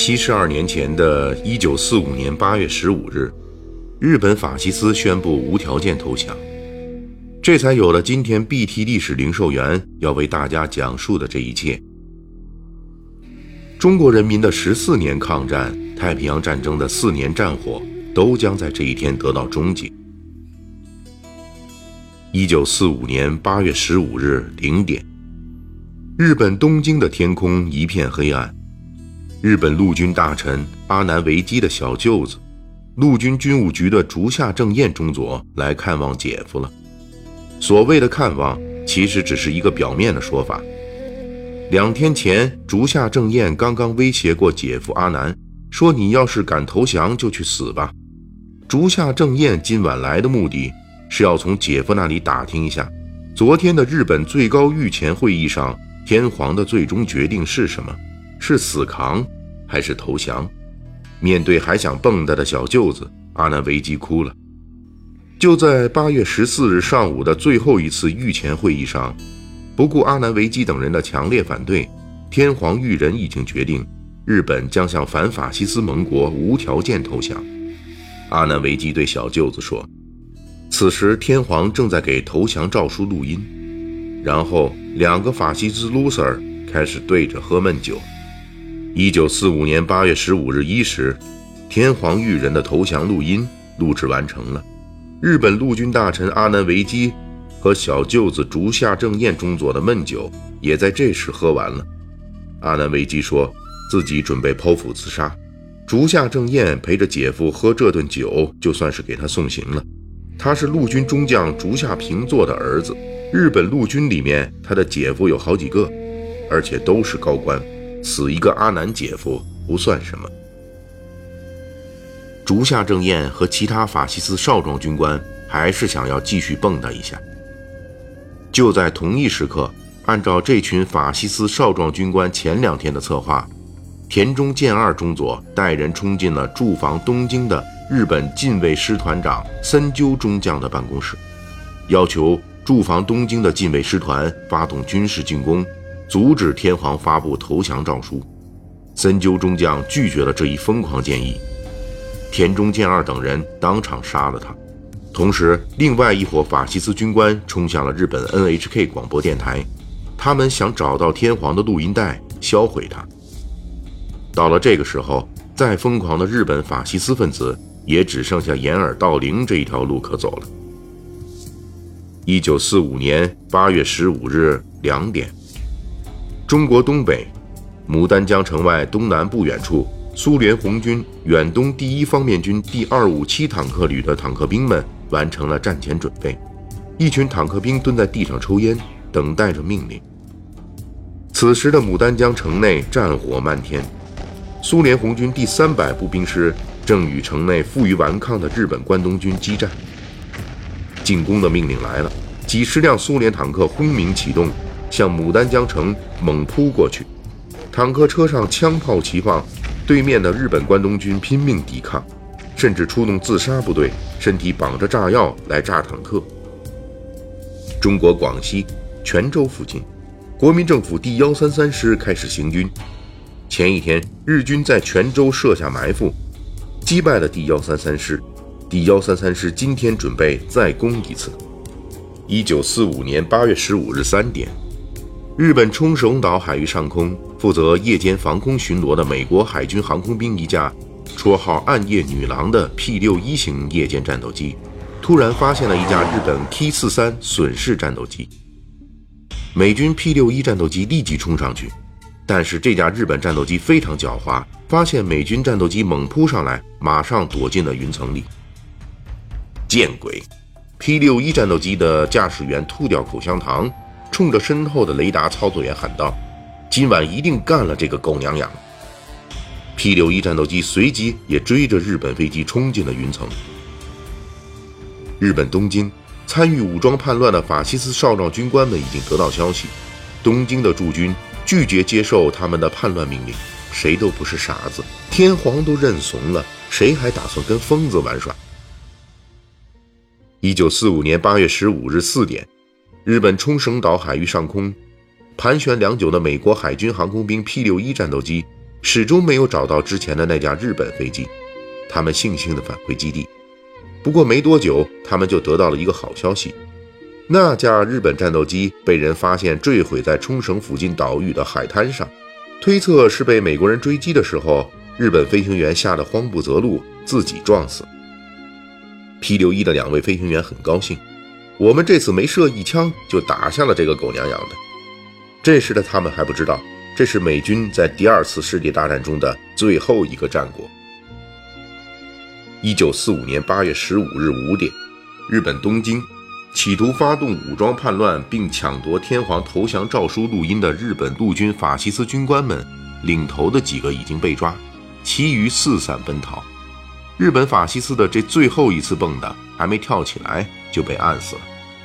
72年前的1945年8月15日，日本法西斯宣布无条件投降，这才有了今天 BT 历史零售员要为大家讲述的这一切。中国人民的14年抗战、太平洋战争的4年战火都将在这一天得到终结。1945年8月15日0点，日本东京的天空一片黑暗。日本陆军大臣阿南惟基的小舅子，陆军军务局的竹下正彦中佐来看望姐夫了。所谓的看望，其实只是一个表面的说法。2天前，竹下正彦刚刚威胁过姐夫阿南，说你要是敢投降就去死吧。竹下正彦今晚来的目的是要从姐夫那里打听一下，昨天的日本最高御前会议上，天皇的最终决定是什么？是死扛还是投降？面对还想蹦跶的小舅子，阿南惟基哭了。就在8月14日上午的最后一次御前会议上，不顾阿南惟基等人的强烈反对，天皇裕仁已经决定，日本将向反法西斯盟国无条件投降。阿南惟基对小舅子说，此时天皇正在给投降诏书录音，然后2个法西斯 loser 开始对着喝闷酒。1945年8月15日1时，天皇裕仁的投降录音录制完成了。日本陆军大臣阿南惟基和小舅子竹下正彦中佐的闷酒也在这时喝完了。阿南惟基说自己准备剖腹自杀，竹下正彦陪着姐夫喝这顿酒，就算是给他送行了。他是陆军中将竹下平作的儿子，日本陆军里面他的姐夫有好几个，而且都是高官，死一个阿南姐夫不算什么。竹下正彦和其他法西斯少壮军官还是想要继续蹦跶一下。就在同一时刻，按照这群法西斯少壮军官前2天的策划，田中健二中佐带人冲进了驻防东京的日本近卫师团长森鸠中将的办公室，要求驻防东京的近卫师团发动军事进攻，阻止天皇发布投降诏书。森鸠中将拒绝了这一疯狂建议，田中健二等人当场杀了他。同时，另外一伙法西斯军官冲向了日本 NHK 广播电台，他们想找到天皇的录音带，销毁它。到了这个时候，再疯狂的日本法西斯分子也只剩下掩耳盗铃这一条路可走了。1945年8月15日2点，中国东北牡丹江城外东南不远处，苏联红军远东第1方面军第257坦克旅的坦克兵们完成了战前准备，一群坦克兵蹲在地上抽烟，等待着命令。此时的牡丹江城内战火漫天，苏联红军第300步兵师正与城内负隅顽抗的日本关东军激战。进攻的命令来了，几十辆苏联坦克轰鸣启动，向牡丹江城猛扑过去。坦克车上枪炮齐放，对面的日本关东军拼命抵抗，甚至出动自杀部队，身体绑着炸药来炸坦克。中国广西泉州附近，国民政府第133师开始行军。前一天，日军在泉州设下埋伏，击败了第133师。第133师今天准备再攻一次。1945年8月15日3点，日本冲绳岛海域上空，负责夜间防空巡逻的美国海军航空兵一架绰号暗夜女郎的 P-61 型夜间战斗机，突然发现了一架日本 T-43 隼式战斗机。美军 P-61 战斗机立即冲上去，但是这架日本战斗机非常狡猾，发现美军战斗机猛扑上来，马上躲进了云层里。见鬼！ P-61 战斗机的驾驶员吐掉口香糖，冲着身后的雷达操作员喊道，今晚一定干了这个狗娘养。 P-61 战斗机随即也追着日本飞机冲进了云层。日本东京参与武装叛乱的法西斯少壮军官们已经得到消息，东京的驻军拒绝接受他们的叛乱命令，谁都不是傻子，天皇都认怂了，谁还打算跟疯子玩耍？1945年8月15日4点，日本冲绳岛海域上空，盘旋良久的美国海军航空兵 P-61 战斗机始终没有找到之前的那架日本飞机，他们悻悻地返回基地。不过没多久，他们就得到了一个好消息，那架日本战斗机被人发现坠毁在冲绳附近岛屿的海滩上，推测是被美国人追击的时候，日本飞行员吓得慌不择路，自己撞死。P-61的2位飞行员很高兴，我们这次没射一枪就打下了这个狗娘养的。这时的他们还不知道，这是美军在第2次世界大战中的最后一个战果。1945年8月15日5点，日本东京，企图发动武装叛乱并抢夺天皇投降诏书录音的日本陆军法西斯军官们，领头的几个已经被抓，其余四散奔逃。日本法西斯的这最后一次蹦跶还没跳起来就被按死了。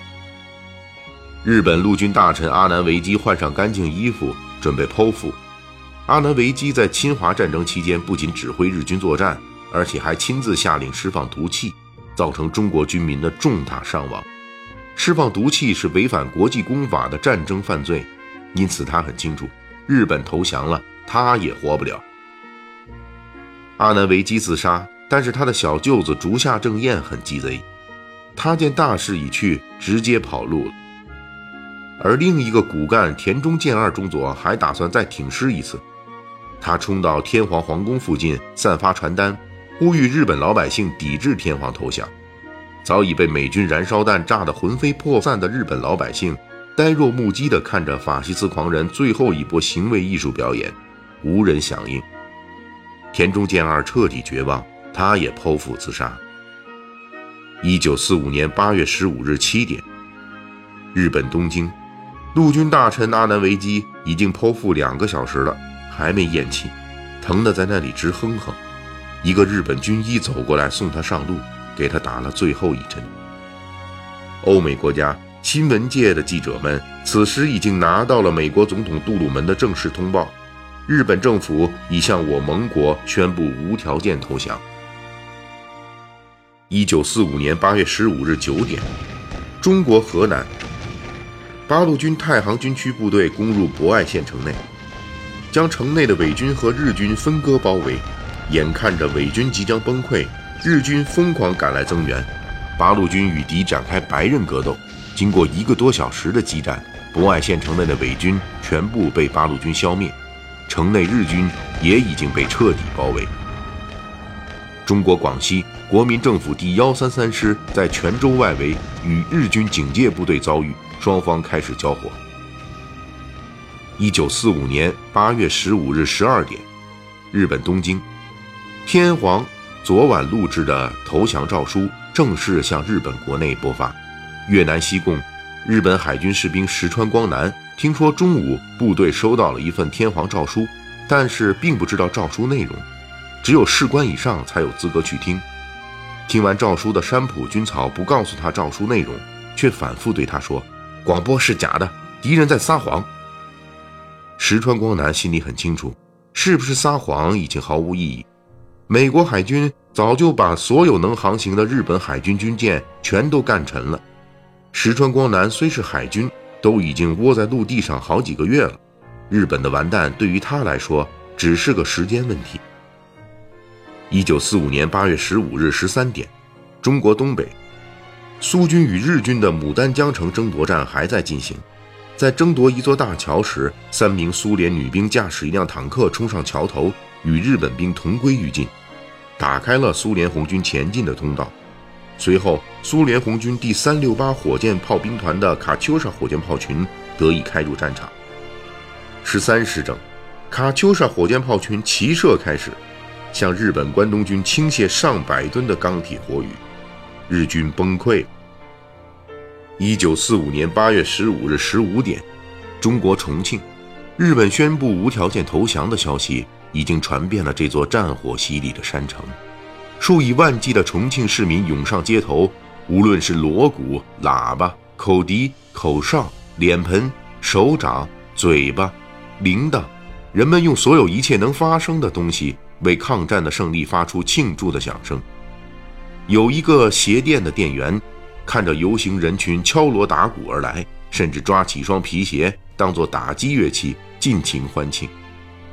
日本陆军大臣阿南惟基换上干净衣服，准备剖腹。阿南惟基在侵华战争期间不仅指挥日军作战，而且还亲自下令释放毒气，造成中国军民的重大伤亡。释放毒气是违反国际公法的战争犯罪，因此他很清楚，日本投降了，他也活不了。阿南惟基自杀，但是他的小舅子竹下正彦很鸡贼，他见大势已去，直接跑路了。而另一个骨干田中健二中佐还打算再挺尸一次，他冲到天皇皇宫附近散发传单，呼吁日本老百姓抵制天皇投降。早已被美军燃烧弹炸得魂飞魄散的日本老百姓，呆若木鸡地看着法西斯狂人最后一波行为艺术表演，无人响应。田中健二彻底绝望，他也剖腹自杀。1945年8月15日7点，日本东京，陆军大臣阿南惟基已经剖腹2个小时了，还没咽气，疼得在那里直哼哼。一个日本军医走过来送他上路，给他打了最后一针。欧美国家新闻界的记者们此时已经拿到了美国总统杜鲁门的正式通报，日本政府已向我盟国宣布无条件投降。1945年8月15日9点，中国河南，八路军太行军区部队攻入博爱县城内，将城内的伪军和日军分割包围。眼看着伪军即将崩溃，日军疯狂赶来增援，八路军与敌展开白刃格斗。经过1个多小时的激战，博爱县城内的伪军全部被八路军消灭，城内日军也已经被彻底包围。中国广西国民政府第133师在泉州外围与日军警戒部队遭遇，双方开始交火。1945年8月15日12点，日本东京，天皇昨晚录制的投降诏书正式向日本国内播发。越南西贡，日本海军士兵石川光南听说中午部队收到了一份天皇诏书，但是并不知道诏书内容，只有士官以上才有资格去听。听完诏书的山浦军曹不告诉他诏书内容，却反复对他说，广播是假的，敌人在撒谎。石川光南心里很清楚，是不是撒谎已经毫无意义。美国海军早就把所有能航行的日本海军军舰全都干沉了。石川光南虽是海军，都已经窝在陆地上好几个月了，日本的完蛋对于他来说只是个时间问题。1945年8月15日13点，中国东北，苏军与日军的牡丹江城争夺战还在进行。在争夺一座大桥时，3名苏联女兵驾驶一辆坦克冲上桥头，与日本兵同归于尽，打开了苏联红军前进的通道。随后，苏联红军第368火箭炮兵团的卡秋莎火箭炮群得以开入战场。13时整，卡秋莎火箭炮群齐射开始，向日本关东军倾泻上百吨的钢铁火雨，日军崩溃。1945年8月15日15点，中国重庆，日本宣布无条件投降的消息已经传遍了这座战火洗礼的山城。数以万计的重庆市民涌上街头，无论是锣鼓、喇叭、口笛、口哨、脸盆、手掌、嘴巴、铃铛，人们用所有一切能发生的东西为抗战的胜利发出庆祝的响声。有一个鞋店的店员看着游行人群敲锣打鼓而来，甚至抓起一双皮鞋当作打击乐器，尽情欢庆。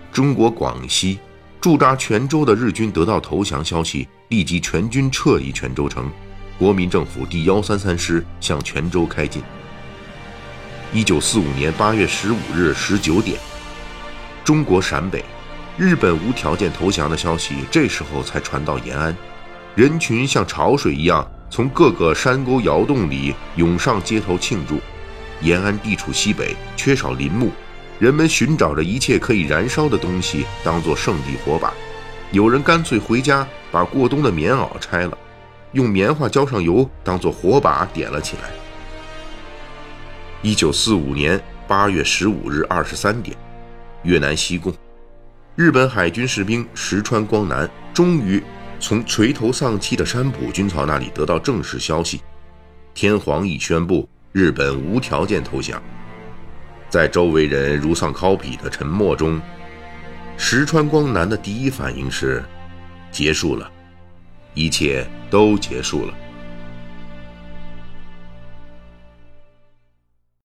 中国广西驻扎泉州的日军得到投降消息，立即全军撤离泉州城，国民政府第133师向泉州开进。1945年8月15日19点，中国陕北，日本无条件投降的消息这时候才传到延安，人群像潮水一样从各个山沟窑洞里涌上街头庆祝。延安地处西北，缺少林木，人们寻找着一切可以燃烧的东西当作圣地火把，有人干脆回家把过冬的棉袄拆了，用棉花浇上油当作火把点了起来。1945年8月15日23点，越南西贡，日本海军士兵石川光南终于从垂头丧气的山浦军曹那里得到正式消息，天皇已宣布日本无条件投降。在周围人如丧考妣的沉默中，石川光南的第一反应是：结束了，一切都结束了。